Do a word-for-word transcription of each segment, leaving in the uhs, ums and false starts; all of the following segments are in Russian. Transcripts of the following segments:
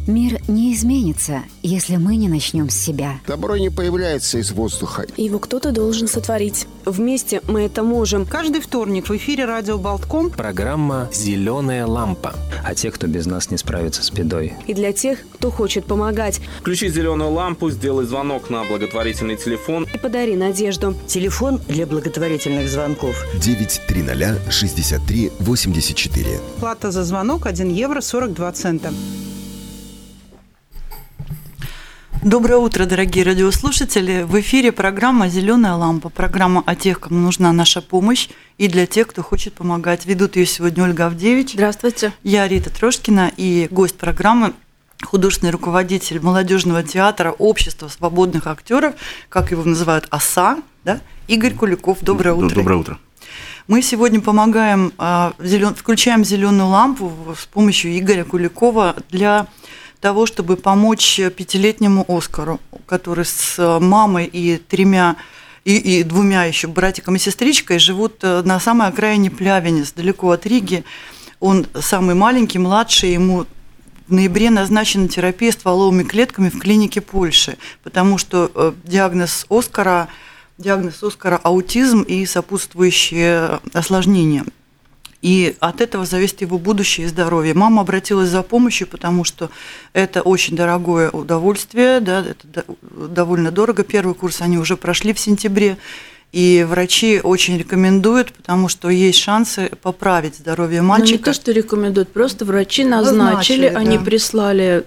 Мир не изменится, если мы не начнем с себя. Добро не появляется из воздуха. Его кто-то должен сотворить. Вместе мы это можем. Каждый вторник в эфире радио Болтком программа «Зеленая лампа». А те, кто без нас не справится с бедой. И для тех, кто хочет помогать. Включи зеленую лампу, сделай звонок на благотворительный телефон. И подари надежду. Телефон для благотворительных звонков. девять триста шестьдесят три восемьдесят четыре. Плата за звонок один евро сорок два цента. Доброе утро, дорогие радиослушатели. В эфире программа «Зеленая лампа». Программа о тех, кому нужна наша помощь, и для тех, кто хочет помогать. Ведут ее сегодня Ольга Авдевич. Здравствуйте. Я Рита Трошкина, и гость программы – художественный руководитель молодежного театра Общества свободных актеров, как его называют, ОСА, да? Игорь Куликов. Доброе утро. Доброе утро. Мы сегодня помогаем, включаем «Зеленую лампу» с помощью Игоря Куликова для того, чтобы помочь пятилетнему Оскару, который с мамой и тремя и, и двумя еще братиком и сестричкой живут на самой окраине Плявенец, далеко от Риги. Он самый маленький, младший, ему в ноябре назначена терапия стволовыми клетками в клинике Польши, потому что диагноз Оскара, диагноз Оскара аутизм и сопутствующие осложнения. И от этого зависит его будущее и здоровье. Мама обратилась за помощью, потому что это очень дорогое удовольствие, да, это довольно дорого. Первый курс они уже прошли в сентябре, и врачи очень рекомендуют, потому что есть шансы поправить здоровье мальчика. Но не то, что рекомендуют, просто врачи назначили, назначили они да. прислали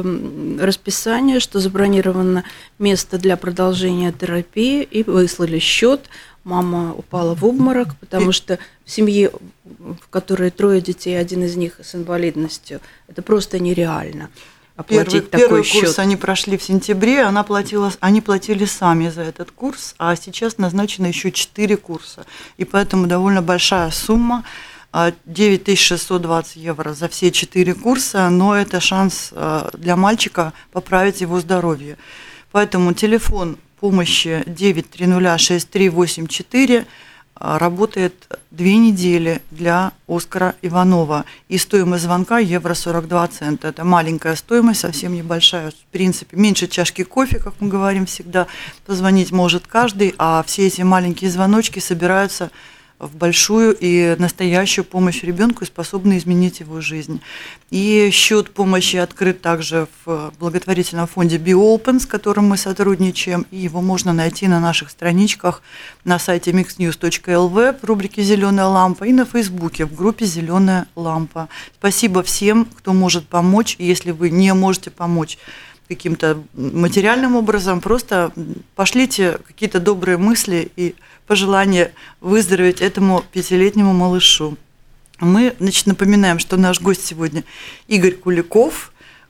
э, расписание, что забронировано место для продолжения терапии, и выслали счет. Мама упала в обморок, потому что в семье, в которой трое детей, один из них с инвалидностью, это просто нереально. Оплатить Первый, такой первый счет. Курс они прошли в сентябре, она платила, они платили сами за этот курс, а сейчас назначено еще четыре курса. И поэтому довольно большая сумма, девять тысяч шестьсот двадцать евро за все четыре курса, но это шанс для мальчика поправить его здоровье. Поэтому телефон помощи девять триста шестьдесят три восемьдесят четыре работает две недели для Оскара Иванова. И стоимость звонка евро сорок два цента. Это маленькая стоимость, совсем небольшая. В принципе, меньше чашки кофе, как мы говорим всегда, позвонить может каждый, а все эти маленькие звоночки собираются в большую и настоящую помощь ребенку и способны изменить его жизнь. И счет помощи открыт также в благотворительном фонде BioOpen, с которым мы сотрудничаем, и его можно найти на наших страничках на сайте микс ньюс точка эл ви в рубрике «Зеленая лампа» и на Фейсбуке в группе «Зеленая лампа». Спасибо всем, кто может помочь. И если вы не можете помочь каким-то материальным образом, просто пошлите какие-то добрые мысли и пожелание выздороветь этому пятилетнему малышу. Мы, значит, напоминаем, что наш гость сегодня Игорь Куликов,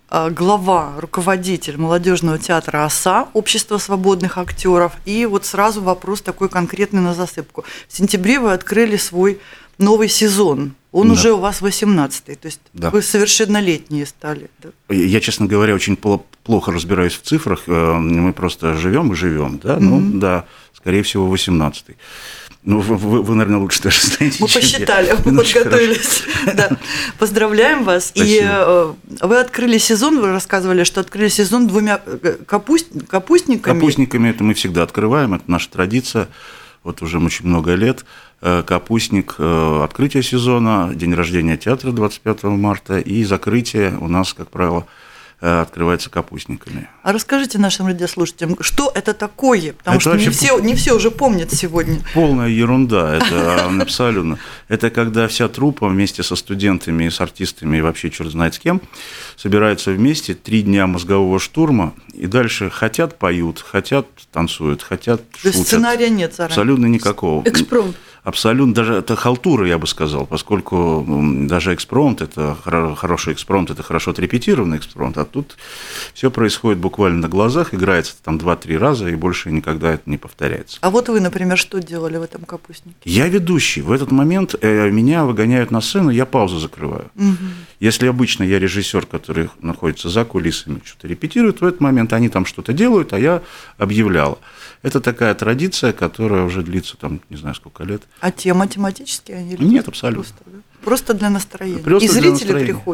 глава, руководитель молодежного театра ОСА, Общества свободных актеров. И вот сразу вопрос такой конкретный на засыпку. В сентябре вы открыли свой новый сезон. Он да. уже у вас восемнадцатый, то есть да. вы совершеннолетние стали. Да? Я, честно говоря, очень плохо разбираюсь в цифрах. Мы просто живем и живем, да, mm-hmm. ну да, скорее всего, восемнадцатый. Ну, вы, вы, вы, наверное, лучше даже знаете. Мы посчитали, я. мы подготовились. Да. Поздравляем вас. Спасибо. И вы открыли сезон, вы рассказывали, что открыли сезон двумя капуст... капустниками. Капустниками это мы всегда открываем, это наша традиция. Вот уже очень много лет. Капустник, открытие сезона, день рождения театра двадцать пятого марта и закрытие у нас, как правило, открывается капустниками. А расскажите нашим радиослушателям, что это такое? Потому это что не все, не все уже помнят сегодня. Полная ерунда, это абсолютно. Это когда вся труппа вместе со студентами, с артистами и вообще черт знает с кем собираются вместе, три дня мозгового штурма, и дальше хотят поют, хотят танцуют, хотят шутят. То есть сценария нет заранее? Абсолютно никакого. Экспромт. Абсолютно, даже это халтура, я бы сказал, поскольку даже экспромт, это хороший экспромт, это хорошо отрепетированный экспромт, а тут все происходит буквально на глазах, играется там два-три раза, и больше никогда это не повторяется. А вот вы, например, что делали в этом капустнике? Я ведущий. В этот момент меня выгоняют на сцену, я паузу закрываю. Угу. Если обычно я режиссер, который находится за кулисами, что-то репетирует, в этот момент они там что-то делают, а я объявлял. Это такая традиция, которая уже длится, там, не знаю, сколько лет. А те математические они? Нет, абсолютно. Просто, да? Просто для настроения. Просто и зрители приходят.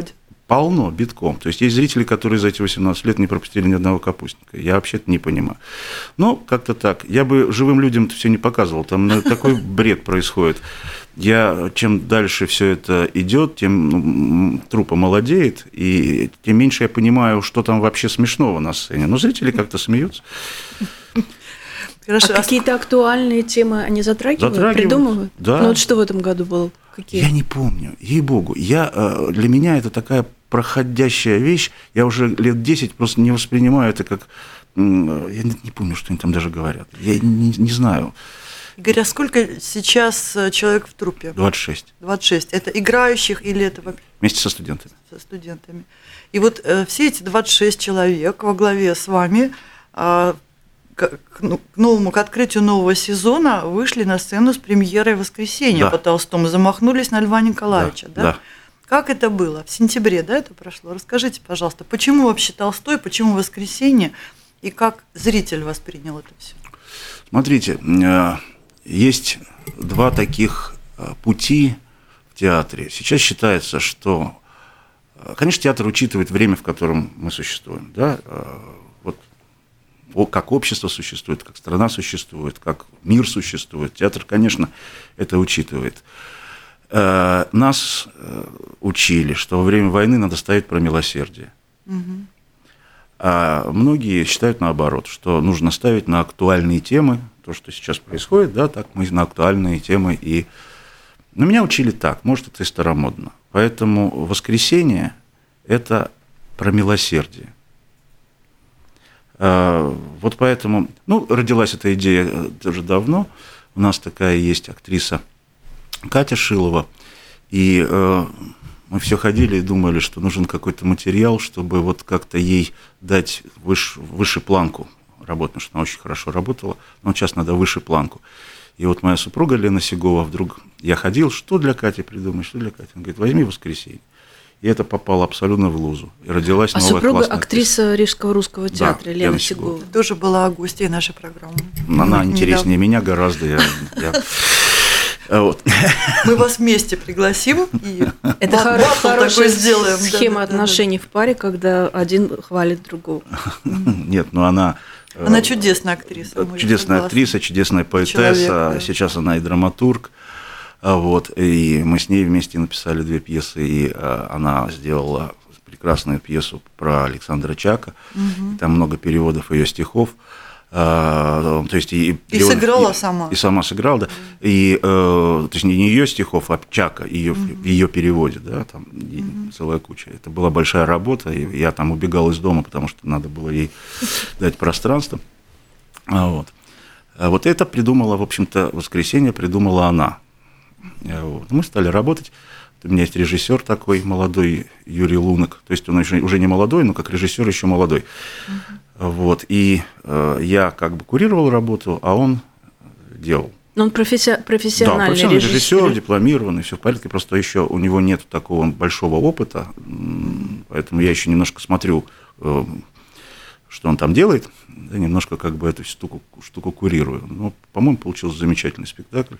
Полно, битком. То есть есть зрители, которые за эти восемнадцать лет не пропустили ни одного капустника. Я вообще-то не понимаю. Но как-то так. Я бы живым людям это все не показывал. Там ну, такой бред происходит. Я, чем дальше все это идет, тем ну, труппа молодеет, и тем меньше я понимаю, что там вообще смешного на сцене. Но зрители как-то смеются. Хорошо. А какие-то актуальные темы они затрагивают, затрагивают придумывают? Да. Ну вот что в этом году было? Какие? Я не помню, ей-богу. Я, для меня это такая проходящая вещь. Я уже лет десять просто не воспринимаю это как... Я не помню, что они там даже говорят. Я не, не знаю. Игорь, а сколько сейчас человек в труппе? двадцать шесть. двадцать шесть. Это играющих или это... Вместе со студентами. Со студентами. И вот э, все эти двадцать шесть человек во главе с вами... Э, К, ну, к новому, к открытию нового сезона вышли на сцену с премьерой «Воскресенье» да. по Толстому, замахнулись на Льва Николаевича, да, да? да? Как это было? В сентябре, да, это прошло? Расскажите, пожалуйста, почему вообще Толстой, почему «Воскресенье» и как зритель воспринял это все? Смотрите, есть два таких пути в театре. Сейчас считается, что, конечно, театр учитывает время, в котором мы существуем, да, как общество существует, как страна существует, как мир существует. Театр, конечно, это учитывает. Нас учили, что во время войны надо ставить про милосердие. Угу. А многие считают наоборот, что нужно ставить на актуальные темы. То, что сейчас происходит, да, так мы на актуальные темы и... Но меня учили так, может, это и старомодно. Поэтому «Воскресенье» – это про милосердие. Вот поэтому, ну, родилась эта идея даже давно. У нас такая есть актриса Катя Шилова, и э, мы все ходили и думали, что нужен какой-то материал, чтобы вот как-то ей дать выше, выше планку работы, потому что она очень хорошо работала, но сейчас надо выше планку. И вот моя супруга Лена Сегова вдруг, я ходил, что для Кати придумать, что для Кати? Она говорит, возьми «Воскресенье». И это попало абсолютно в лузу. И родилась а новая супруга классная актриса Рижского русского театра, да, Лена Сегова. Сегова. Тоже была гостьей нашей программы. Она интереснее недавно. Меня гораздо. Я, я... Вот. Мы вас вместе пригласим и это хорошая сделаем. Схема да, да, отношений да, да. в паре, когда один хвалит другого. Нет, ну она... Она чудесная актриса. Чудесная актриса, чудесная поэтесса. Человек, да. Сейчас она и драматург. Вот, и мы с ней вместе написали две пьесы, и она сделала прекрасную пьесу про Александра Чака. Угу. Там много переводов ее стихов. То есть и, и сыграла и, сама. И сама сыграла, да. И, то есть не ее стихов, а Чака, ее, угу. в ее переводе, да, там угу. целая куча. Это была большая работа, и я там убегал из дома, потому что надо было ей дать пространство. Вот. Вот это придумала, в общем-то, «Воскресенье» придумала она. Вот. Мы стали работать. У меня есть режиссер такой молодой, Юрий Лунок. То есть он еще, уже не молодой, но как режиссер еще молодой. Uh-huh. Вот. И э, я как бы курировал работу, а он делал. Но он професси- профессиональный, да, профессиональный режиссер. режиссер, дипломированный, все в порядке. Просто еще у него нет такого большого опыта, поэтому я еще немножко смотрю, э, что он там делает, да, немножко как бы эту штуку, штуку курирую. Но, по-моему, получился замечательный спектакль.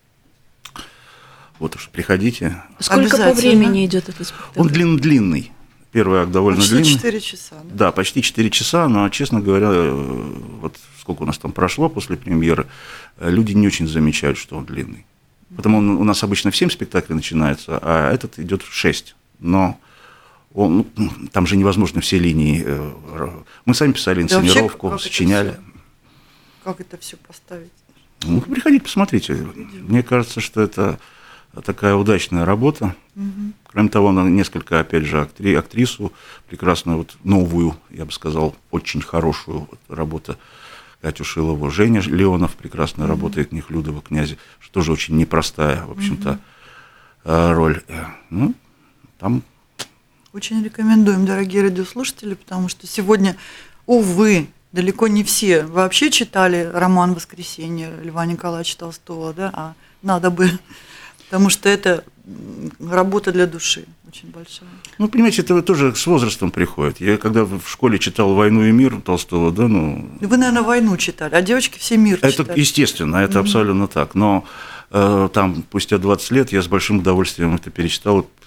Вот уж, приходите. Сколько по времени идет этот спектакль? Он длинный-длинный. Первый акт довольно почти длинный. Почти четыре часа. Да? да, почти четыре часа, но, честно говоря, вот сколько у нас там прошло после премьеры, люди не очень замечают, что он длинный. Потому он, у нас обычно в семь спектаклей начинается, а этот идет в шесть. Но он, ну, там же невозможно все линии. Мы сами писали инсценировку, да, сочиняли. Это как это все поставить? Ну, приходите, посмотрите. Мне кажется, что это такая удачная работа. Угу. Кроме того, она несколько, опять же, актри, актрису, прекрасную, вот, новую, я бы сказал, очень хорошую вот, работу Катю Шилову. Женя Леонов прекрасно угу. работает, Нехлюдова, князя, что тоже очень непростая, в общем-то, угу. роль. Ну, там... Очень рекомендуем, дорогие радиослушатели, потому что сегодня, увы, далеко не все вообще читали роман «Воскресенье» Льва Николаевича Толстого, да, а надо бы... Потому что это работа для души очень большая. Ну, понимаете, это тоже с возрастом приходит. Я когда в школе читал «Войну и мир» Толстого, да, ну... Вы, наверное, «Войну» читали, а девочки все «Мир» это, читали. Естественно, это mm-hmm. абсолютно так. Но э, там, спустя двадцать лет, я с большим удовольствием это перечитал,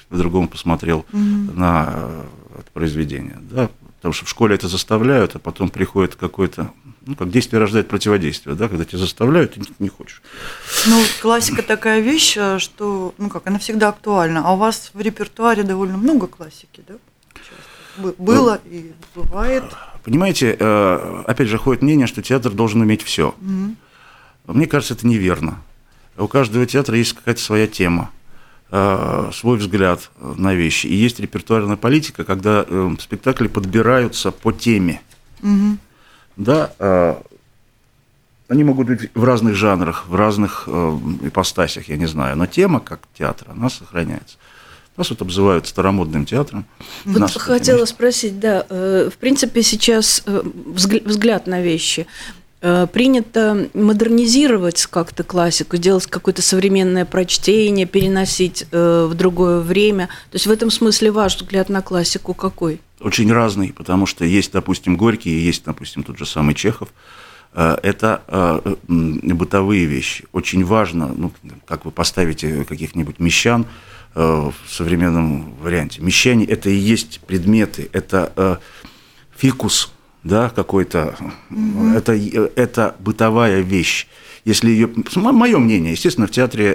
по-другому посмотрел mm-hmm. на это произведение. Да? Потому что в школе это заставляют, а потом приходит какой-то, ну, как действие рождает противодействие, да, когда тебя заставляют, ты не хочешь. Ну, классика такая вещь, что, ну как, она всегда актуальна. А у вас в репертуаре довольно много классики, да? Было ну, и бывает. Понимаете, опять же, ходит мнение, что театр должен уметь все. Mm-hmm. Мне кажется, это неверно. У каждого театра есть какая-то своя тема, свой взгляд на вещи. И есть репертуарная политика, когда спектакли подбираются по теме. Mm-hmm. Да, они могут быть в разных жанрах, в разных ипостасях, я не знаю, но тема, как театр, она сохраняется. Нас вот обзывают старомодным театром. Вот Нас хотела спросить, да, в принципе, сейчас взгляд на вещи. Принято модернизировать как-то классику, делать какое-то современное прочтение, переносить в другое время. То есть в этом смысле ваш взгляд на классику какой? Очень разный, потому что есть, допустим, Горький, есть, допустим, тот же самый Чехов. Это бытовые вещи. Очень важно, ну, как вы поставите каких-нибудь мещан в современном варианте. Мещане – это и есть предметы, это фикус, да, какой-то, mm-hmm. это, это бытовая вещь. Если ее, мое мнение, естественно, в театре,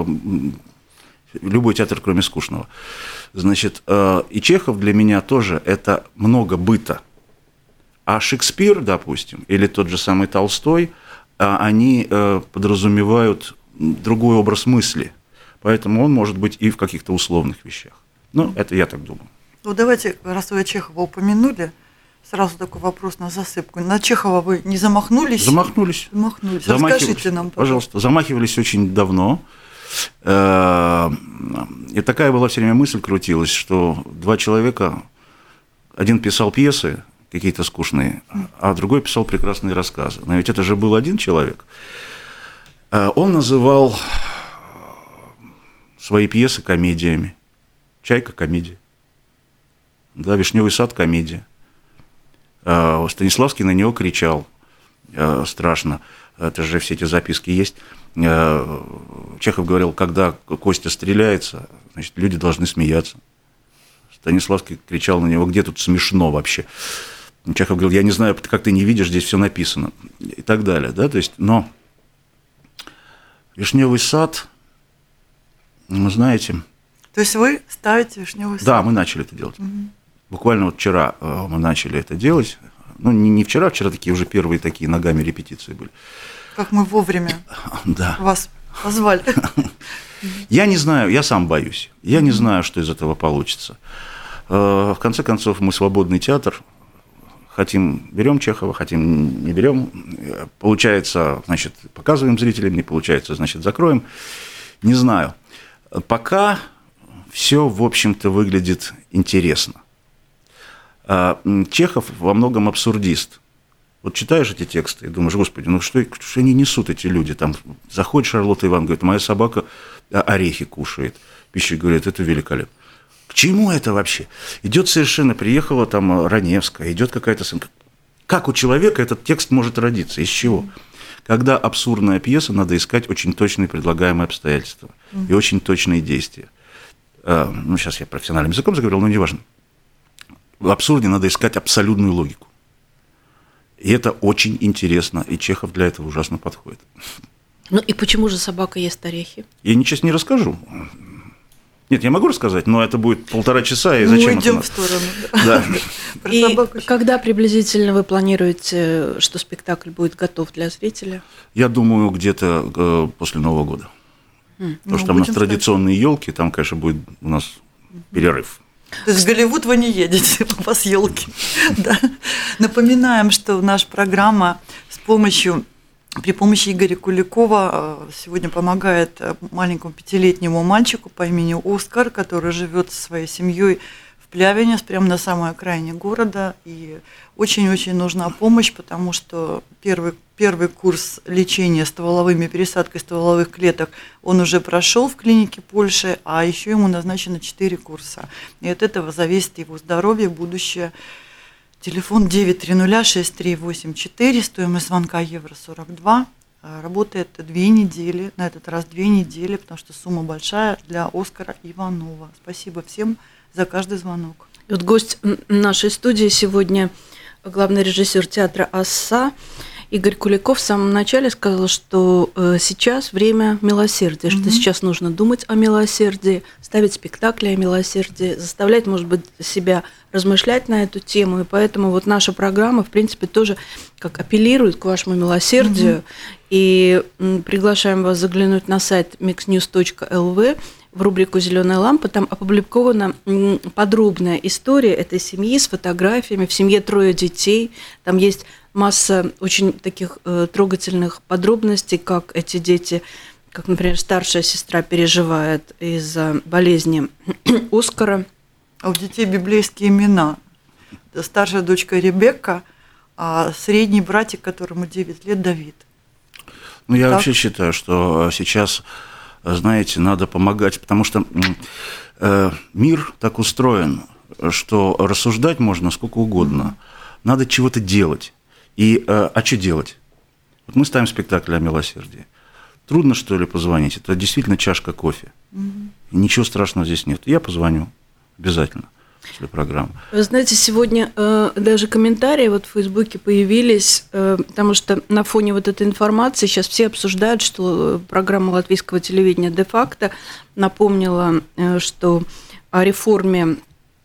любой театр, кроме скучного, значит, и Чехов для меня тоже это много быта. А Шекспир, допустим, или тот же самый Толстой, они подразумевают другой образ мысли. Поэтому он может быть и в каких-то условных вещах. Ну, это я так думаю. Ну, давайте, раз вы Чехова упомянули, сразу такой вопрос на засыпку. На Чехова вы не замахнулись? Замахнулись. Замахнулись. Расскажите нам, пожалуйста. Пожалуйста. Замахивались очень давно. И такая была все время мысль крутилась, что два человека, один писал пьесы какие-то скучные, а другой писал прекрасные рассказы. Но ведь это же был один человек. Он называл свои пьесы комедиями. «Чайка» – комедия. Да, «Вишневый сад» – комедия. Станиславский на него кричал страшно. Это же все эти записки есть. Чехов говорил, когда Костя стреляется, значит, люди должны смеяться. Станиславский кричал на него, где тут смешно вообще. Чехов говорил, я не знаю, как ты не видишь, здесь все написано. И так далее. Да? То есть, но «Вишневый сад», вы знаете... То есть вы ставите «Вишневый сад»? Да, мы начали это делать. Угу. Буквально вот вчера мы начали это делать. Ну, не, не вчера, вчера такие уже первые такие ногами репетиции были. Как мы вовремя да. вас позвали. Я не знаю, я сам боюсь. Я не знаю, что из этого получится. В конце концов, мы свободный театр. Хотим, берем Чехова, хотим, не берем. Получается, значит, показываем зрителям, не получается, значит, закроем. Не знаю. Пока все, в общем-то, выглядит интересно. Чехов во многом абсурдист. Вот читаешь эти тексты и думаешь, господи, ну что, что они несут, эти люди? Там заходит Шарлотта Иван, говорит, моя собака орехи кушает. Пищик говорит, это великолепно. К чему это вообще? Идет совершенно, приехала там Раневская, идет какая-то... Как у человека этот текст может родиться? Из чего? Когда абсурдная пьеса, надо искать очень точные предлагаемые обстоятельства и очень точные действия. Ну, сейчас я профессиональным языком заговорил, но неважно. В абсурде надо искать абсолютную логику. И это очень интересно, и Чехов для этого ужасно подходит. Ну и почему же собака ест орехи? Я ничего не расскажу. Нет, я могу рассказать, но это будет полтора часа, и зачем Мы идем это? в сторону. Да. И когда приблизительно вы планируете, что спектакль будет готов для зрителя? Я думаю, где-то после Нового года. Mm. Потому ну, что там у нас традиционные елки, там, конечно, будет у нас перерыв. То есть в Голливуд вы не едете, у вас елки. Да. Напоминаем, что наша программа с помощью, при помощи Игоря Куликова сегодня помогает маленькому пятилетнему мальчику по имени Оскар, который живет со своей семьей в Плявине, прямо на самой окраине города. И очень-очень нужна помощь, потому что первый, первый курс лечения стволовыми пересадкой стволовых клеток он уже прошел в клинике Польши, а еще ему назначено четыре курса. И от этого зависит его здоровье, будущее. Телефон девять три ноль шесть три восемь четыре, стоимость звонка евро сорок два. работает две недели, на этот раз две недели, потому что сумма большая для Оскара Иванова. Спасибо всем за каждый звонок. И вот гость нашей студии сегодня, главный режиссер театра «Оса» Игорь Куликов в самом начале сказал, что сейчас время милосердия, mm-hmm. что сейчас нужно думать о милосердии, ставить спектакли о милосердии, заставлять, может быть, себя размышлять на эту тему. И поэтому вот наша программа, в принципе, тоже как апеллирует к вашему милосердию. Mm-hmm. И приглашаем вас заглянуть на сайт миксньюз точка эл ви в рубрику «Зеленая лампа». Там опубликована подробная история этой семьи с фотографиями. В семье трое детей. Там есть масса очень таких э, трогательных подробностей, как эти дети, как, например, старшая сестра переживает из-за болезни Оскара. А у детей библейские имена. Старшая дочка Ребекка, а средний братик, которому девять лет, Давид. Ну, я так? вообще считаю, что сейчас, знаете, надо помогать, потому что э, мир так устроен, что рассуждать можно сколько угодно. Надо чего-то делать. И э, а что делать? Вот мы ставим спектакль о милосердии. Трудно, что ли, позвонить? Это действительно чашка кофе. Mm-hmm. Ничего страшного здесь нет. Я позвоню обязательно после программы. Вы знаете, сегодня э, даже комментарии вот в Фейсбуке появились, э, потому что на фоне вот этой информации сейчас все обсуждают, что программа латвийского телевидения де-факто напомнила, э, что о реформе,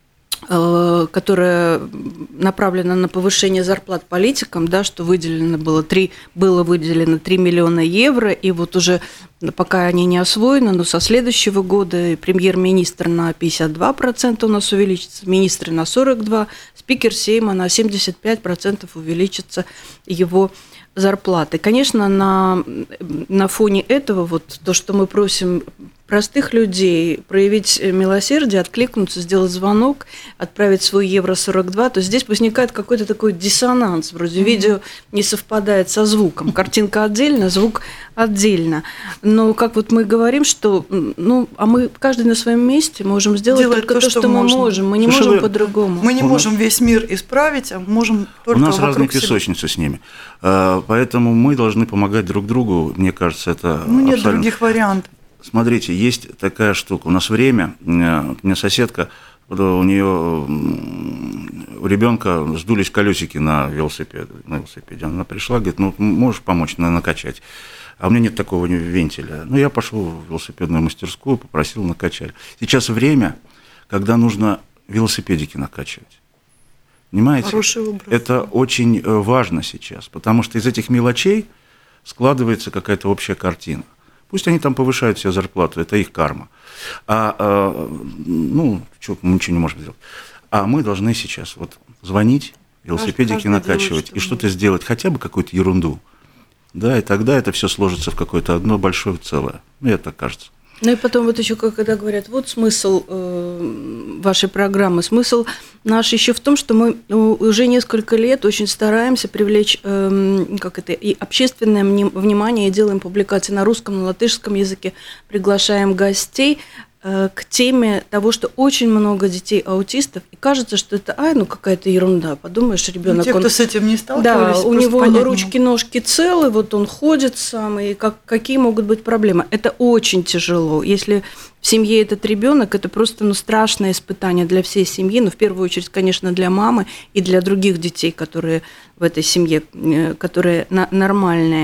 которая направлена на повышение зарплат политикам, да, что выделено было, три, было выделено три миллиона евро, и вот уже пока они не освоены, но со следующего года премьер-министр на пятьдесят два процента у нас увеличится, министры на сорок два процента, спикер Сейма на семьдесят пять процентов увеличится его зарплаты. Конечно, на, на фоне этого вот то, что мы просим простых людей проявить милосердие, откликнуться, сделать звонок, отправить свой евро сорок два, то здесь возникает какой-то такой диссонанс. Вроде mm-hmm. видео не совпадает со звуком. Картинка отдельно, звук отдельно. Но как вот мы говорим, что ну, а мы каждый на своем месте можем сделать Делать только то, то, что, что мы можно. можем. Мы не Слушай, можем вы... по-другому. Мы не можем весь мир исправить, а можем только У нас разные себя. песочницы с ними. Поэтому мы должны помогать друг другу. Мне кажется, это Ну, нет абсолютно... других вариантов. Смотрите, есть такая штука. У нас время, у меня соседка, у нее, у ребенка сдулись колесики на велосипеде, на велосипеде. Она пришла, говорит, ну, можешь помочь накачать? А у меня нет такого вентиля. Ну, я пошел в велосипедную мастерскую, попросил накачать. Сейчас время, когда нужно велосипедики накачивать. Понимаете? Хороший образ. Это очень важно сейчас, потому что из этих мелочей складывается какая-то общая картина. Пусть они там повышают себе зарплату, это их карма. А, а ну, что, мы ничего не можем сделать. А мы должны сейчас вот звонить, велосипедики Каждый накачивать делает, и что-то сделать, хотя бы какую-то ерунду. Да, и тогда это все сложится в какое-то одно большое целое. Мне так кажется. Ну и потом вот еще, когда говорят, вот смысл э, вашей программы, смысл наш еще в том, что мы уже несколько лет очень стараемся привлечь э, как это, и общественное внимание, и делаем публикации на русском, на латышском языке, приглашаем гостей э, к теме того, что очень много детей аутистов, и кажется, что это, ай, ну какая-то ерунда, подумаешь, ребенок. Ну, те, он, кто с этим не сталкивались, да, у него ручки-ножки целы, вот он ходит сам, и как, какие могут быть проблемы. Это очень тяжело. Если в семье этот ребенок, это просто ну, страшное испытание для всей семьи, но в первую очередь, конечно, для мамы и для других детей, которые в этой семье, которые на, нормальные.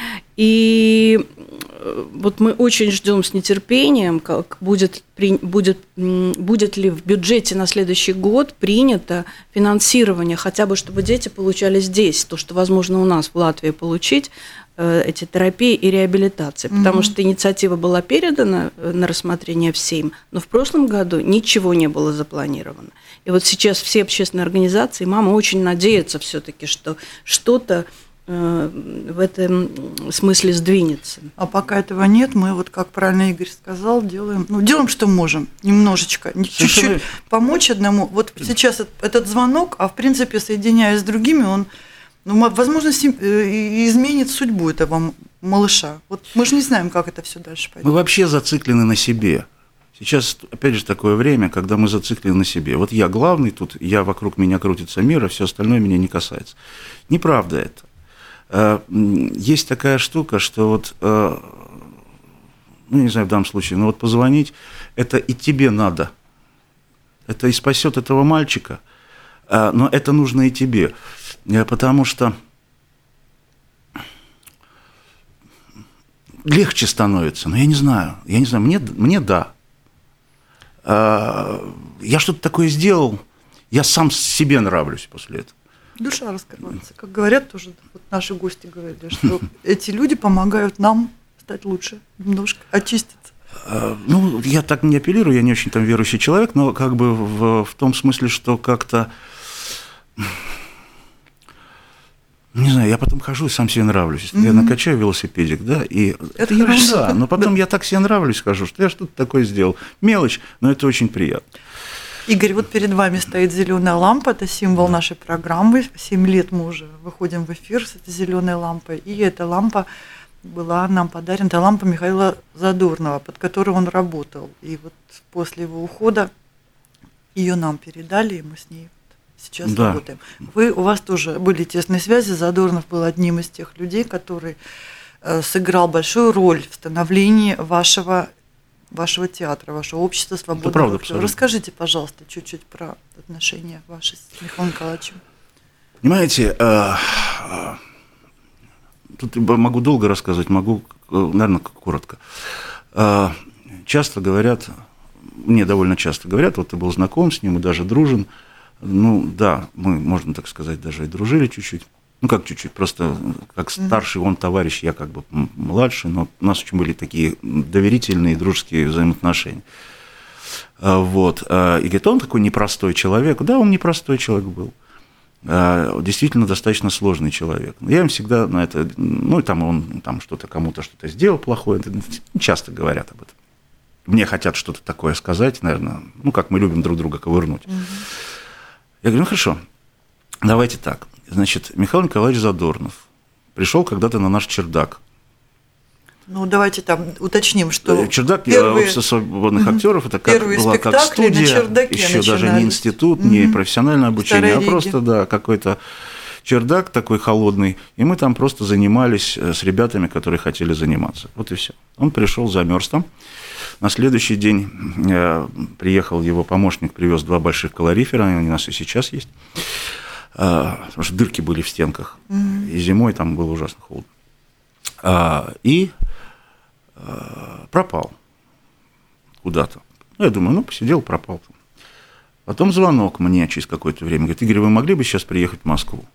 И вот мы очень ждем с нетерпением, как будет, будет, будет ли в бюджете на следующий год принято финансирование, хотя бы чтобы дети получали здесь, то, что возможно у нас в Латвии получить, эти терапии и реабилитации, потому mm-hmm. что инициатива была передана на рассмотрение в Сейм, но в прошлом году ничего не было запланировано. И вот сейчас все общественные организации, мама очень надеется все-таки, что что-то в этом смысле сдвинется. А пока этого нет, мы, вот как правильно Игорь сказал, делаем, ну, делаем, что можем, немножечко, чуть-чуть помочь одному. Вот сейчас этот звонок, а в принципе, соединяясь с другими, он, ну, возможно, изменит судьбу этого малыша. Вот мы же не знаем, как это все дальше пойдет. Мы вообще зациклены на себе. Сейчас, опять же, такое время, когда мы зациклены на себе. Вот я главный тут, я вокруг меня крутится мир, а все остальное меня не касается. Неправда это. есть такая штука, что вот, ну, не знаю, в данном случае, но вот позвонить, это и тебе надо. Это и спасет этого мальчика, но это нужно и тебе, потому что легче становится, но я не знаю, я не знаю, мне, мне да. Я что-то такое сделал, я сам себе нравлюсь после этого. Душа раскрывается. Как говорят тоже, вот наши гости говорили, что эти люди помогают нам стать лучше, немножко очиститься. Ну, я так не апеллирую, я не очень там верующий человек, но как бы в, в том смысле, что как-то, не знаю, я потом хожу и сам себе нравлюсь. Если mm-hmm. я накачаю велосипедик, да, и это ерунда, но потом да. я так себе нравлюсь, скажу, что я что-то такое сделал. Мелочь, но это очень приятно. Игорь, вот перед вами стоит зеленая лампа, это символ нашей программы. Семь лет мы уже выходим в эфир с этой зеленой лампой, и эта лампа была нам подарена, это лампа Михаила Задорнова, под которой он работал. И вот после его ухода ее нам передали, и мы с ней сейчас да. работаем. Вы, у вас тоже были тесные связи, Задорнов был одним из тех людей, который э, сыграл большую роль в становлении вашего, вашего театра, вашего общества свободного актера. Расскажите, пожалуйста, чуть-чуть про отношения ваши с Михаилом Николаевичем. Понимаете, э, э, тут могу долго рассказывать, могу, наверное, коротко. Э, часто говорят, мне довольно часто говорят, вот ты был знаком с ним и даже дружен. Ну, да, мы, можно так сказать, даже и дружили чуть-чуть. Ну, как чуть-чуть, просто как старший он товарищ, я как бы младший, но у нас очень были такие доверительные, дружеские взаимоотношения. Вот. И говорит, он такой непростой человек. Да, он непростой человек был. Действительно, достаточно сложный человек. Я им всегда на это, ну, и там он там что-то кому-то что-то сделал плохое, часто говорят об этом. Мне хотят что-то такое сказать, наверное, ну, как мы любим друг друга ковырнуть. Я говорю, ну хорошо, давайте так. Значит, Михаил Николаевич Задорнов пришел когда-то на наш чердак. Ну, давайте там уточним, что чердак первые... общества свободных актеров, это как, была как студия, еще даже не институт, угу. не профессиональное обучение, а просто да, какой-то чердак такой холодный, и мы там просто занимались с ребятами, которые хотели заниматься. Вот и все. Он пришел, замерз там. На следующий день приехал его помощник, привез два больших калорифера, они у нас и сейчас есть, потому что дырки были в стенках, mm-hmm. и зимой там было ужасно холодно. И пропал куда-то. Ну, я думаю, ну, посидел, пропал. Потом звонок мне через какое-то время, говорит, Игорь, вы могли бы сейчас приехать в Москву?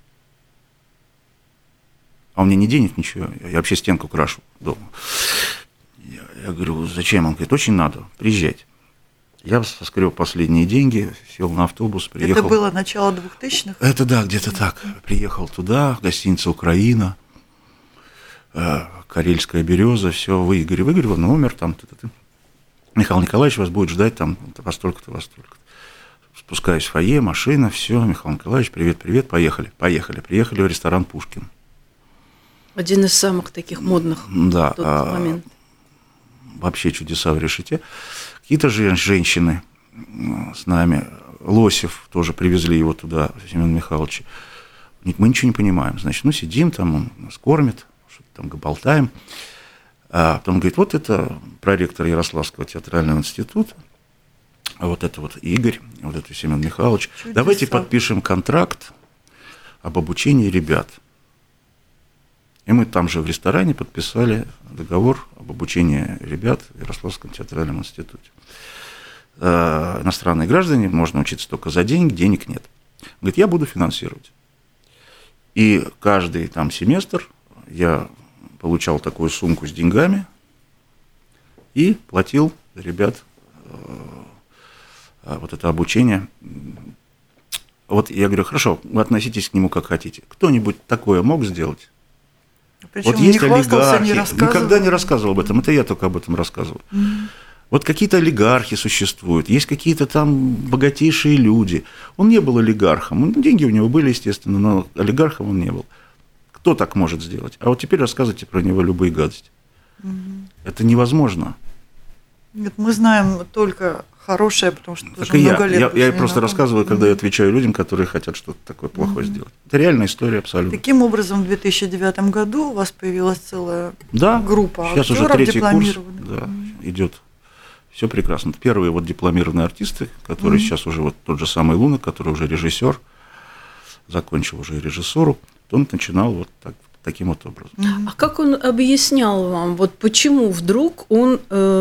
А у меня ни денег, ничего, я вообще стенку крашу дома. Я говорю, зачем? Он говорит, очень надо, приезжать. Я соскреб последние деньги, сел на автобус, приехал. Это было начало двухтысячных? Это да, где-то так. Приехал туда, гостиница «Украина», Карельская береза, все, вы, Игорь, вы, Игорь, номер там, ты-ты-ты. Михаил Николаевич вас будет ждать там во столько-то, во столько-то. Спускаюсь в фойе, машина, все, Михаил Николаевич, привет, привет, поехали, поехали. Приехали в ресторан «Пушкин». Один из самых таких модных да, в тот а, момент. Вообще чудеса в решете. Какие-то же женщины с нами, Лосев, тоже привезли его туда, Семен Михайлович. Мы ничего не понимаем. Значит, ну, сидим там, он нас кормит, что-то там болтаем. А потом говорит, вот это проректор Ярославского театрального института, а вот это вот Игорь, вот это Семен Михайлович. Чудеса. Давайте подпишем контракт об обучении ребят. И мы там же в ресторане подписали договор об обучении ребят в Ярославском театральном институте. Э, иностранные граждане, можно учиться только за деньги, денег нет. Он говорит, я буду финансировать. И каждый там семестр я получал такую сумку с деньгами и платил за ребят э, вот это обучение. Вот я говорю, хорошо, вы относитесь к нему как хотите. Кто-нибудь такое мог сделать? Причем вот есть не олигархи, не никогда не рассказывал об этом, это я только об этом рассказывал. Mm-hmm. Вот какие-то олигархи существуют, есть какие-то там богатейшие люди. Он не был олигархом, деньги у него были, естественно, но олигархом он не был. Кто так может сделать? А вот теперь рассказывайте про него любые гадости. Mm-hmm. Это невозможно. Нет, мы знаем только хорошее, потому что так тоже и много я. лет. Я, я просто знакомы. рассказываю, когда mm-hmm. я отвечаю людям, которые хотят что-то такое плохое mm-hmm. сделать. Это реальная история абсолютно. Таким образом, в две тысячи девятом году у вас появилась целая да, группа сейчас актеров уже третий дипломированных. Курс, да, mm-hmm. идет. Все прекрасно. Первые вот дипломированные артисты, которые mm-hmm. сейчас уже вот тот же самый Луна, который уже режиссер, закончил уже и режиссуру, он начинал вот так, таким вот образом. Mm-hmm. А как он объяснял вам, вот почему вдруг он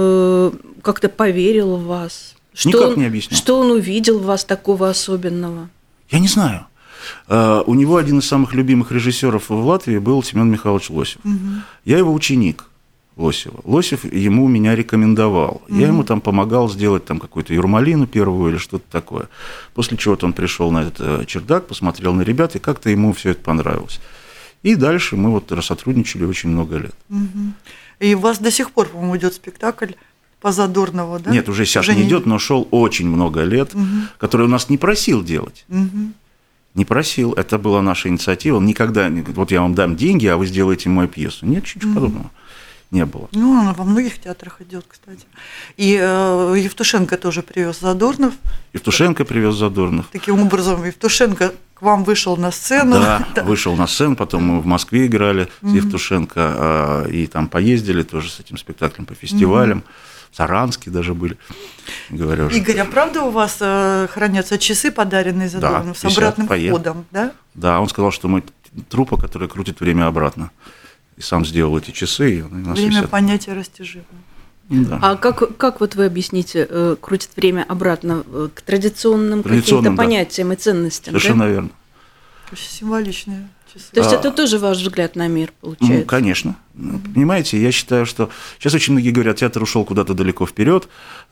э, как-то поверил в вас? Что Никак он, не объяснял. Что он увидел в вас такого особенного? Я не знаю. Uh, у него один из самых любимых режиссеров в Латвии был Семен Михайлович Лосев. Mm-hmm. Я его ученик. Лосева. Лосев ему меня рекомендовал. Mm-hmm. Я ему там помогал сделать там какую-то Юрмалину первую или что-то такое. После чего-то он пришел на этот чердак, посмотрел на ребят, и как-то ему все это понравилось. И дальше мы вот сотрудничали очень много лет. Mm-hmm. И у вас до сих пор, по-моему, идет спектакль по Задорнову, да? Нет, уже сейчас уже не не идет, но шел очень много лет, mm-hmm. который он нас не просил делать. Mm-hmm. Не просил, это была наша инициатива. Он никогда не говорит, вот я вам дам деньги, а вы сделаете мою пьесу. Нет, ничего mm-hmm. подобного. Не было. Ну, она во многих театрах идет, кстати. И э, Евтушенко тоже привез Задорнов. Евтушенко привез Задорнов. Таким образом, Евтушенко к вам вышел на сцену. Да, да. вышел на сцену, потом мы в Москве играли с mm-hmm. Евтушенко, и там поездили тоже с этим спектаклем по фестивалям. Mm-hmm. В Саранске даже были. Говоря уже. Игорь, а правда у вас э, хранятся часы, подаренные Задорновым, да, с обратным поед. ходом, да? Да, он сказал, что мы труппа, которая крутит время обратно. И сам сделал эти часы. И время висят. Понятия растяжимо. Да. А как, как вот вы объясните, э, крутит время обратно э, к традиционным, традиционным каким-то да. понятиям и ценностям? Совершенно да? верно. Очень символичные часы. То есть а, это тоже ваш взгляд на мир, получается? Ну, конечно. Mm-hmm. Понимаете, я считаю, что сейчас очень многие говорят, театр ушел куда-то далеко вперед,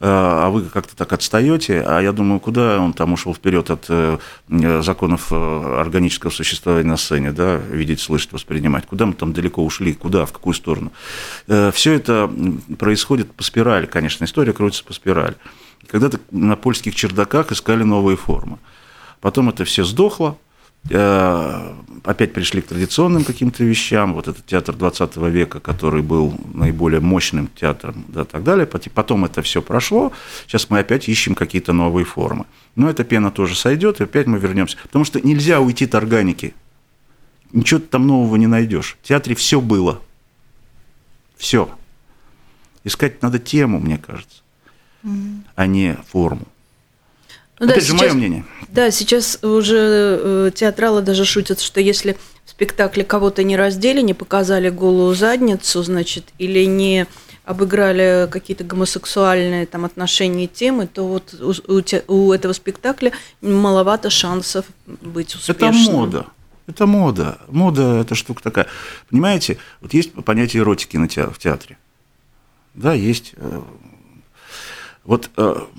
а вы как-то так отстаете. А я думаю, куда он там ушел вперед от законов органического существования на сцене, да, видеть, слышать, воспринимать. Куда мы там далеко ушли, куда, в какую сторону. Все это происходит по спирали, конечно, история крутится по спирали. Когда-то на польских чердаках искали новые формы. Потом это все сдохло. Опять пришли к традиционным каким-то вещам, вот этот театр двадцатого века, который был наиболее мощным театром, да, так далее, потом это все прошло, сейчас мы опять ищем какие-то новые формы, но эта пена тоже сойдет, и опять мы вернемся, потому что нельзя уйти от органики, ничего там нового не найдешь, в театре все было, все, искать надо тему, мне кажется, mm-hmm. а не форму. Ну, Опять да, же, сейчас, мое мнение. Да, сейчас уже э, театралы даже шутят, что если в спектакле кого-то не раздели, не показали голую задницу, значит, или не обыграли какие-то гомосексуальные там отношения и темы, то вот у, у, у этого спектакля маловато шансов быть успешным. Это мода. Это мода. Мода – это штука такая. Понимаете, вот есть понятие эротики на те, в театре. Да, есть. Вот...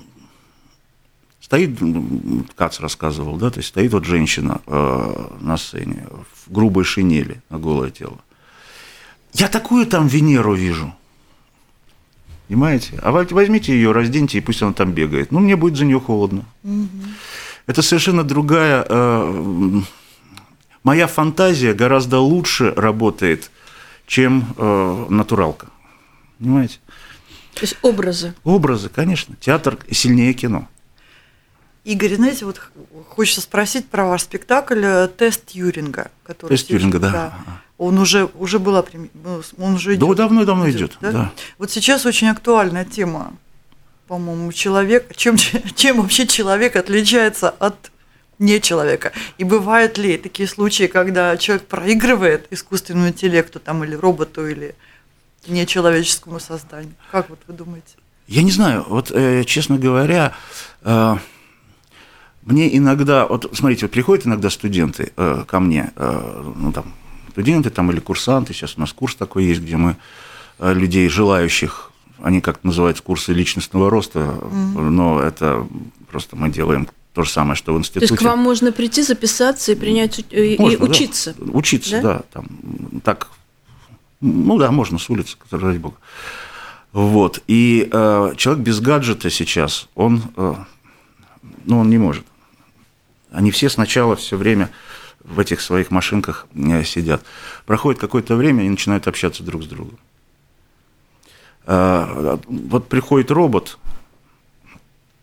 Стоит, Кац рассказывал, да, то есть стоит вот женщина э, на сцене в грубой шинели на голое тело. Я такую там Венеру вижу. Понимаете? А возьмите ее, разденьте, и пусть она там бегает. Ну, мне будет за нее холодно. Угу. Это совершенно другая... Э, моя фантазия гораздо лучше работает, чем э, натуралка. Понимаете? То есть образы. Образы, конечно. Театр сильнее кино. Игорь, знаете, вот хочется спросить про ваш спектакль «Тест Тьюринга». Который Тест сейчас, Тьюринга, да. да. Он уже, уже была, он уже идет. Да, давно-давно идет, да? Да. Вот сейчас очень актуальная тема, по-моему, человек. Чем, чем вообще человек отличается от нечеловека? И бывают ли такие случаи, когда человек проигрывает искусственному интеллекту там, или роботу, или нечеловеческому созданию? Как вот вы думаете? Я не знаю. Вот, э, честно говоря... Э, Мне иногда, вот смотрите, вот приходят иногда студенты э, ко мне, э, ну там, студенты там, или курсанты, сейчас у нас курс такой есть, где мы э, людей, желающих, они как-то называются курсы личностного роста, mm-hmm. но это просто мы делаем то же самое, что в институте. То есть к вам можно прийти, записаться и принять, и, можно, и учиться? Да. Учиться, да? да, там, так, ну да, можно с улицы, ради бога. Вот, и э, человек без гаджета сейчас, он, э, ну, он не может. Они все сначала все время в этих своих машинках сидят. Проходит какое-то время, и начинают общаться друг с другом. Вот приходит робот,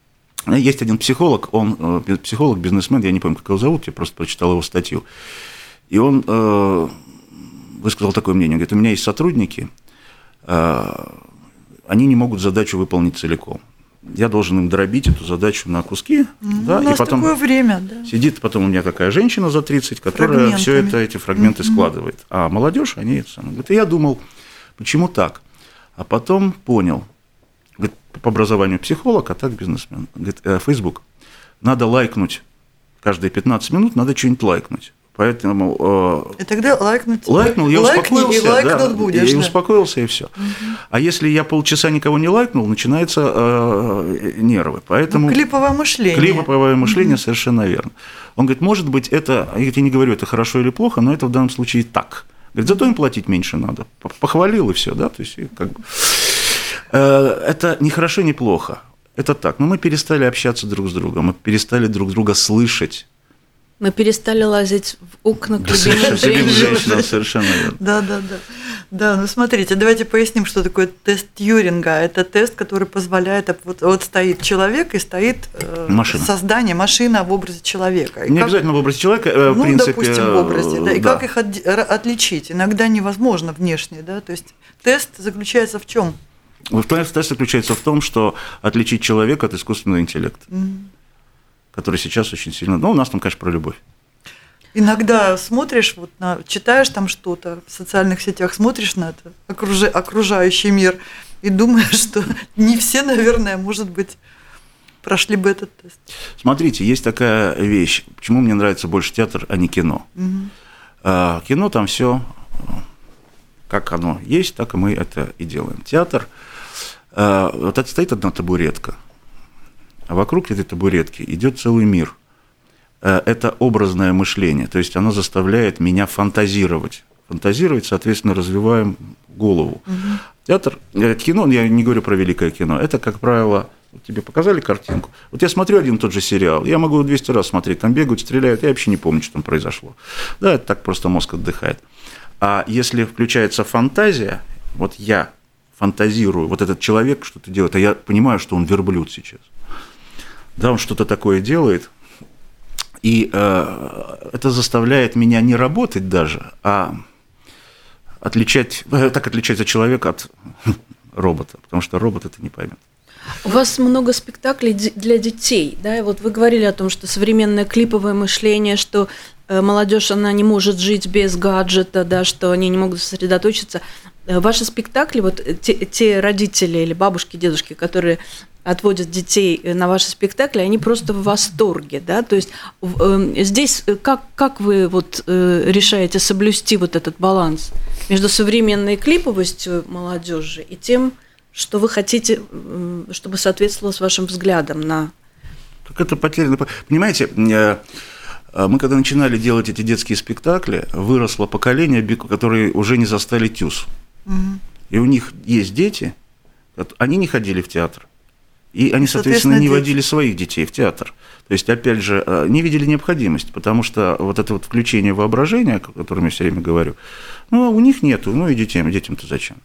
Есть один психолог, он психолог, бизнесмен, я не помню, как его зовут, я просто прочитал его статью. И он э, высказал такое мнение, говорит, у меня есть сотрудники, э, они не могут задачу выполнить целиком. Я должен им дробить эту задачу на куски. Ну, да, у нас и потом такое время, да. Сидит потом у меня такая женщина за тридцать, которая все это, эти фрагменты mm-hmm. складывает. А молодежь, они это самое. Говорит, и я думал, почему так? А потом понял, говорит, по образованию психолог, а так бизнесмен. Говорит, э, Facebook, надо лайкнуть каждые пятнадцать минут, надо что-нибудь лайкнуть. Поэтому э, и тогда лайкнуть. Лайкнул, я лайкни, успокоился, и лайкнуть да, будешь, и да. успокоился, и все. Угу. А если я полчаса никого не лайкнул, начинаются э, нервы. Поэтому ну, клиповое мышление. Клиповое мышление, угу. Совершенно верно. Он говорит, может быть, это, я не говорю, это хорошо или плохо, но это в данном случае так. Говорит, зато им платить меньше надо. Похвалил, и все, да, то есть как бы. Э, это не хорошо, не плохо. Это так. Но мы перестали общаться друг с другом, мы перестали друг друга слышать. Мы перестали лазить в окна к любимым женщинам. Совершенно верно. Да, да, да. Да, ну смотрите, давайте поясним, что такое тест Тьюринга. Это тест, который позволяет, вот, вот стоит человек и стоит э, машина. Создание, машина в образе человека. И не как, обязательно в образе человека, э, в ну, принципе. допустим, в образе, да. И да. как их от, отличить? Иногда невозможно внешне, да. То есть тест заключается в чем? Тест заключается в том, что отличить человека от искусственного интеллекта. Mm-hmm. который сейчас очень сильно... Ну, у нас там, конечно, про любовь. Иногда смотришь, вот на, читаешь там что-то в социальных сетях, смотришь на это, окружи, окружающий мир, и думаешь, что не все, наверное, может быть, прошли бы этот тест. Смотрите, есть такая вещь. Почему мне нравится больше театр, а не кино? Угу. А, кино там все как оно есть, так и мы это и делаем. Театр... А, вот это стоит одна табуретка. А вокруг этой табуретки идет целый мир. Это образное мышление, то есть оно заставляет меня фантазировать. Фантазировать, соответственно, развиваем голову. Угу. Театр, кино, я не говорю про великое кино, это, как правило, тебе показали картинку. Вот я смотрю один и тот же сериал, я могу двести раз смотреть, там бегают, стреляют, я вообще не помню, что там произошло. Да, это так просто мозг отдыхает. А если включается фантазия, вот я фантазирую, вот этот человек что-то делает, а я понимаю, что он верблюд сейчас. Да, он что-то такое делает, и э, это заставляет меня не работать даже, а отличать, так отличать человека от робота, потому что робот это не поймет. У вас много спектаклей для детей, да, и вот вы говорили о том, что современное клиповое мышление, что молодежь, она не может жить без гаджета, да, что они не могут сосредоточиться. Ваши спектакли, вот те, те родители или бабушки, дедушки, которые отводят детей на ваши спектакли, они просто в восторге, да, то есть э, здесь как, как вы вот э, решаете соблюсти вот этот баланс между современной клиповостью молодежи и тем, что вы хотите, э, чтобы соответствовало с вашим взглядом на... Как это потеряно... Понимаете, мы когда начинали делать эти детские спектакли, выросло поколение, которые уже не застали ТЮЗ. Угу. И у них есть дети, они не ходили в театр. И они, соответственно, не водили своих детей в театр. То есть, опять же, не видели необходимость, потому что вот это вот включение воображения, о котором я все время говорю, ну, у них нету, ну и детям, детям-то зачем?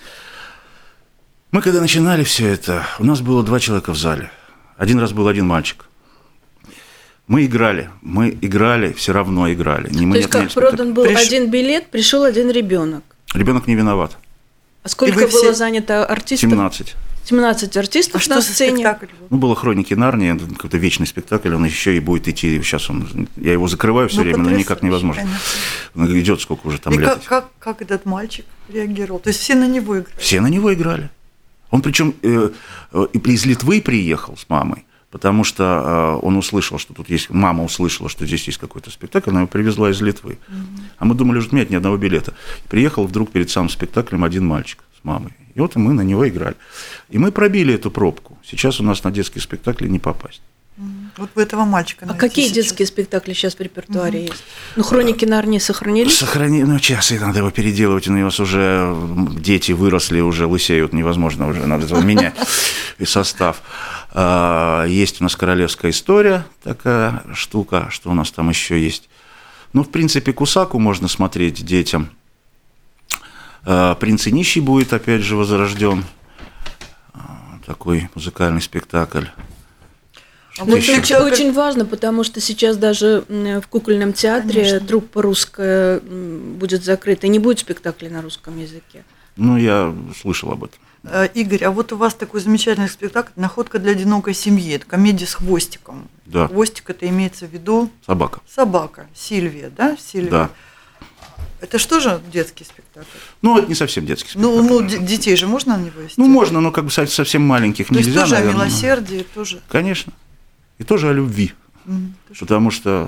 Мы когда начинали все это, у нас было два человека в зале. Один раз был один мальчик. Мы играли, мы играли, все равно играли. Не, То есть, как продан был Приш... один билет, пришел один ребенок. Ребенок не виноват. А сколько было все... занято артистов? семнадцать. семнадцать артистов а на что сцене. За спектакль был? Ну, было «Хроники Нарнии», какой-то вечный спектакль, он еще и будет идти. Сейчас он, я его закрываю все ну, время, но никак невозможно. Он идет сколько уже там и лет. Как, как, как этот мальчик реагировал? То есть все на него играли? Все на него играли. Он причем э, э, из Литвы приехал с мамой, потому что э, он услышал, что тут есть, мама услышала, что здесь есть какой-то спектакль, она его привезла из Литвы. Mm-hmm. А мы думали, что нет ни одного билета. Приехал вдруг перед самым спектаклем один мальчик с мамой. И вот мы на него играли. И мы пробили эту пробку. Сейчас у нас на детские спектакли не попасть. Вот у этого мальчика. А какие сейчас детские спектакли сейчас в репертуаре угу. есть? Ну, «Хроники Нарнии» сохранились? Сохранили. Ну, сейчас надо его переделывать. У нас уже дети выросли, уже лысеют. Невозможно уже, надо его менять. И состав. Есть у нас «Королевская история», такая штука. Что у нас там еще есть? Ну, в принципе, «Кусаку» можно смотреть детям. «Принц и нищий» будет, опять же, возрожден. Такой музыкальный спектакль. Ну, это очень важно, потому что сейчас даже в кукольном театре Конечно. труппа русская будет закрыта, не будет спектакля на русском языке. Ну, я слышал об этом. Игорь, а вот у вас такой замечательный спектакль «Находка для одинокой семьи». Это комедия с хвостиком. Да. Хвостик – это имеется в виду… Собака. Собака. Сильвия, да? Сильвия. Да. Это что же детский спектакль? Ну, это не совсем детский спектакль. Ну, ну детей же можно на него вести? Ну, можно, но как бы совсем маленьких То нельзя, есть тоже наверное. о милосердии, тоже? Конечно. И тоже о любви. Mm, потому что…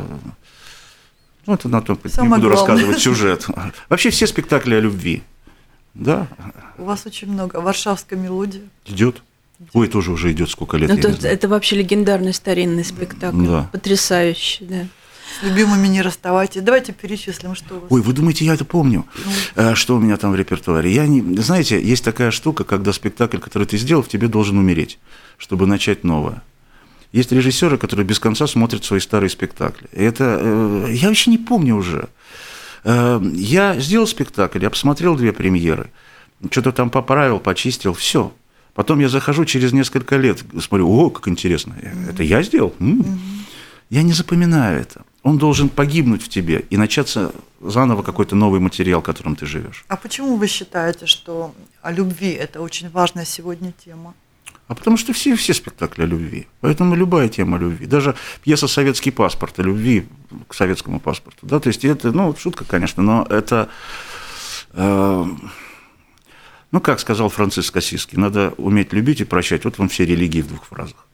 Ну, это на то, не буду рассказывать сюжет. Вообще все спектакли о любви. Да. У вас очень много. Варшавская мелодия. Идет. Ой, тоже уже идет сколько лет. Это, это вообще легендарный старинный спектакль. Да. Потрясающий, да. С любимыми не расставайтесь. Давайте перечислим, что у вас. Ой, вы думаете, я это помню? Ну. Что у меня там в репертуаре? Я не... Знаете, есть такая штука, когда спектакль, который ты сделал, в тебе должен умереть, чтобы начать новое. Есть режиссеры, которые без конца смотрят свои старые спектакли. Это э, я вообще не помню уже. Э, я сделал спектакль, я посмотрел две премьеры, что-то там поправил, почистил, все. Потом я захожу через несколько лет, смотрю, о, как интересно, это я сделал? М-м. Я не запоминаю это. Он должен погибнуть в тебе и начаться заново какой-то новый материал, которым ты живешь. А почему вы считаете, что о любви это очень важная сегодня тема? А потому что все, все спектакли о любви. Поэтому любая тема любви. Даже пьеса «Советский паспорт» о любви к советскому паспорту. Да? То есть это, ну, шутка, конечно, но это, э, ну, как сказал Франциск Ассизский, надо уметь любить и прощать. Вот вам все религии в двух фразах.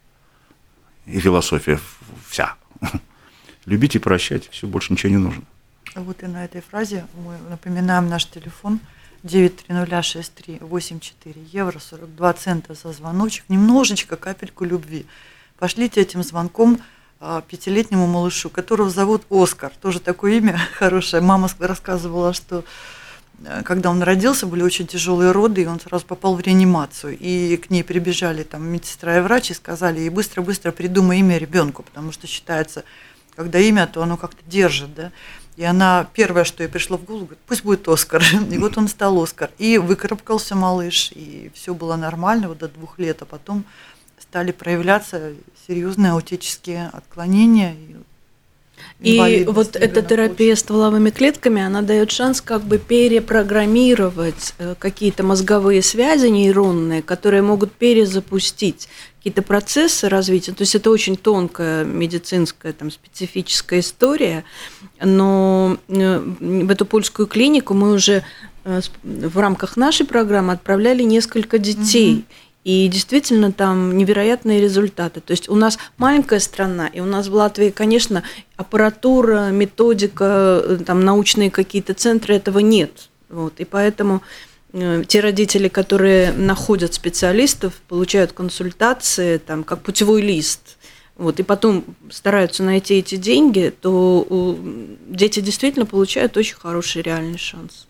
И философия вся. Любить и прощать, все, больше ничего не нужно. Вот и на этой фразе мы напоминаем наш телефон девять три ноль шесть три восемь четыре евро, сорок два цента за звоночек, немножечко, капельку любви. Пошлите этим звонком а, пятилетнему малышу, которого зовут Оскар, тоже такое имя хорошее. Мама рассказывала, что а, когда он родился, были очень тяжелые роды, и он сразу попал в реанимацию. И к ней прибежали там медсестра и врач и сказали ей: быстро-быстро придумай имя ребенку, потому что считается, когда имя, то оно как-то держит, да. И она, первое, что ей пришло в голову, говорит: пусть будет Оскар. И вот он стал Оскар. И выкарабкался малыш, и все было нормально вот до двух лет, а потом стали проявляться серьезные аутические отклонения. И вот эта терапия очень. стволовыми клетками, она дает шанс как бы перепрограммировать какие-то мозговые связи нейронные, которые могут перезапустить какие-то процессы развития. То есть это очень тонкая медицинская, там, специфическая история, но в эту польскую клинику мы уже в рамках нашей программы отправляли несколько детей. Mm-hmm. И действительно там невероятные результаты. То есть у нас маленькая страна, и у нас в Латвии, конечно, аппаратура, методика, там, научные какие-то центры, этого нет. Вот. И поэтому э, те родители, которые находят специалистов, получают консультации, там, как путевой лист, вот, и потом стараются найти эти деньги, то у, дети действительно получают очень хороший реальный шанс.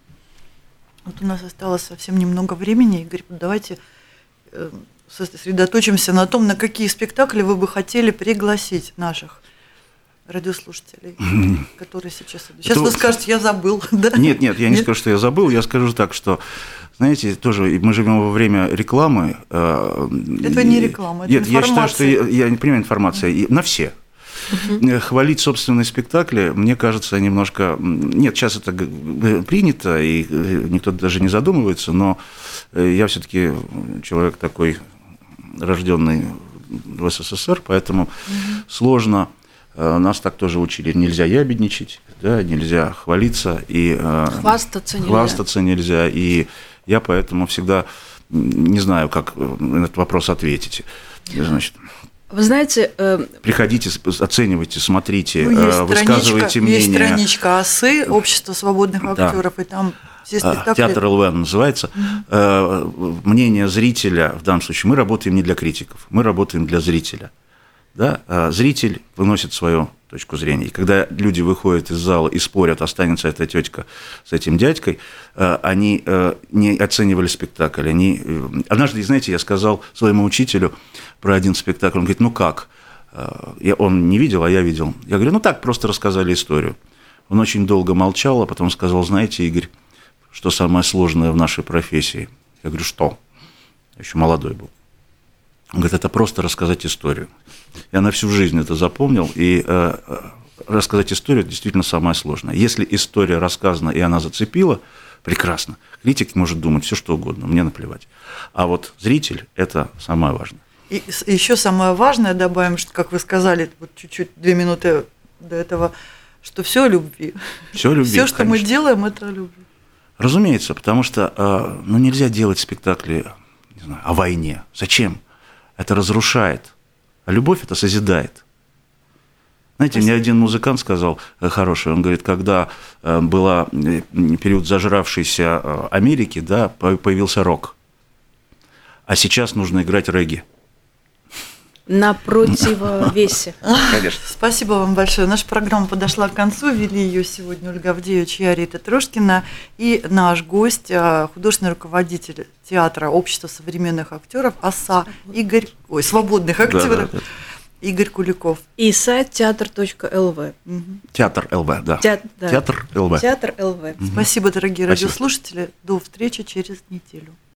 Вот у нас осталось совсем немного времени, Игорь, давайте сосредоточимся на том, на какие спектакли вы бы хотели пригласить наших радиослушателей, которые сейчас идут. Сейчас Это... вы скажете: я забыл. Да? Нет, нет, я не нет? скажу, что я забыл. Я скажу так, что, знаете, тоже мы живем во время рекламы. Это не реклама, это нет, информация. Я считаю, что я, я не понимаю информация mm-hmm. на все. Uh-huh. Хвалить собственные спектакли, мне кажется, немножко… Нет, сейчас это принято, и никто даже не задумывается, но я все-таки человек такой, рожденный в СССР, поэтому uh-huh. сложно. Нас так тоже учили. Нельзя ябедничать, да, нельзя хвалиться. И, хвастаться нельзя. Хвастаться нельзя. И я поэтому всегда не знаю, как на этот вопрос ответить. Значит… Вы знаете… Э... Приходите, оценивайте, смотрите, ну, высказывайте мнение. Есть страничка ОСы, Общество свободных актеров, да. И там все спектакли… Театр ЛВН называется. Mm-hmm. Мнение зрителя, в данном случае, мы работаем не для критиков, мы работаем для зрителя. Да? Зритель выносит свою точку зрения. И когда люди выходят из зала и спорят, останется эта тетка с этим дядькой, они не оценивали спектакль. Они… Однажды, знаете, я сказал своему учителю про один спектакль, он говорит: ну как? Он не видел, а я видел. Я говорю: ну так, просто рассказали историю. Он очень долго молчал, а потом сказал: знаете, Игорь, что самое сложное в нашей профессии? Я говорю: что? Я еще молодой был. Он говорит, это просто рассказать историю. Я на всю жизнь это запомнил, и э, рассказать историю действительно самое сложное. Если история рассказана, и она зацепила, прекрасно. Критик может думать все, что угодно, мне наплевать. А вот зритель – это самое важное. И еще самое важное добавим, что, как вы сказали, вот чуть-чуть, две минуты до этого, что все о любви. Все о любви, Все, что конечно. мы делаем, это о любви. Разумеется, потому что ну, нельзя делать спектакли, не знаю, о войне. Зачем? Это разрушает. А любовь это созидает. Знаете, мне один музыкант сказал хороший, он говорит, когда был период зажравшейся Америки, да, появился рок. А сейчас нужно играть регги. На противовесе. Конечно. Спасибо вам большое. Наша программа подошла к концу. Вели ее сегодня Ольга Авдеевич и Арита Трошкина. И наш гость, художественный руководитель театра Общества современных актеров ОСА Игорь, ой, свободных актеров, да, да, да. Игорь Куликов. И сайт театр точка эл ви. Угу. Театр эл ви, да. Театр, да. Театр эл ви. Театр эл ви. Спасибо, дорогие Спасибо. радиослушатели. До встречи через неделю.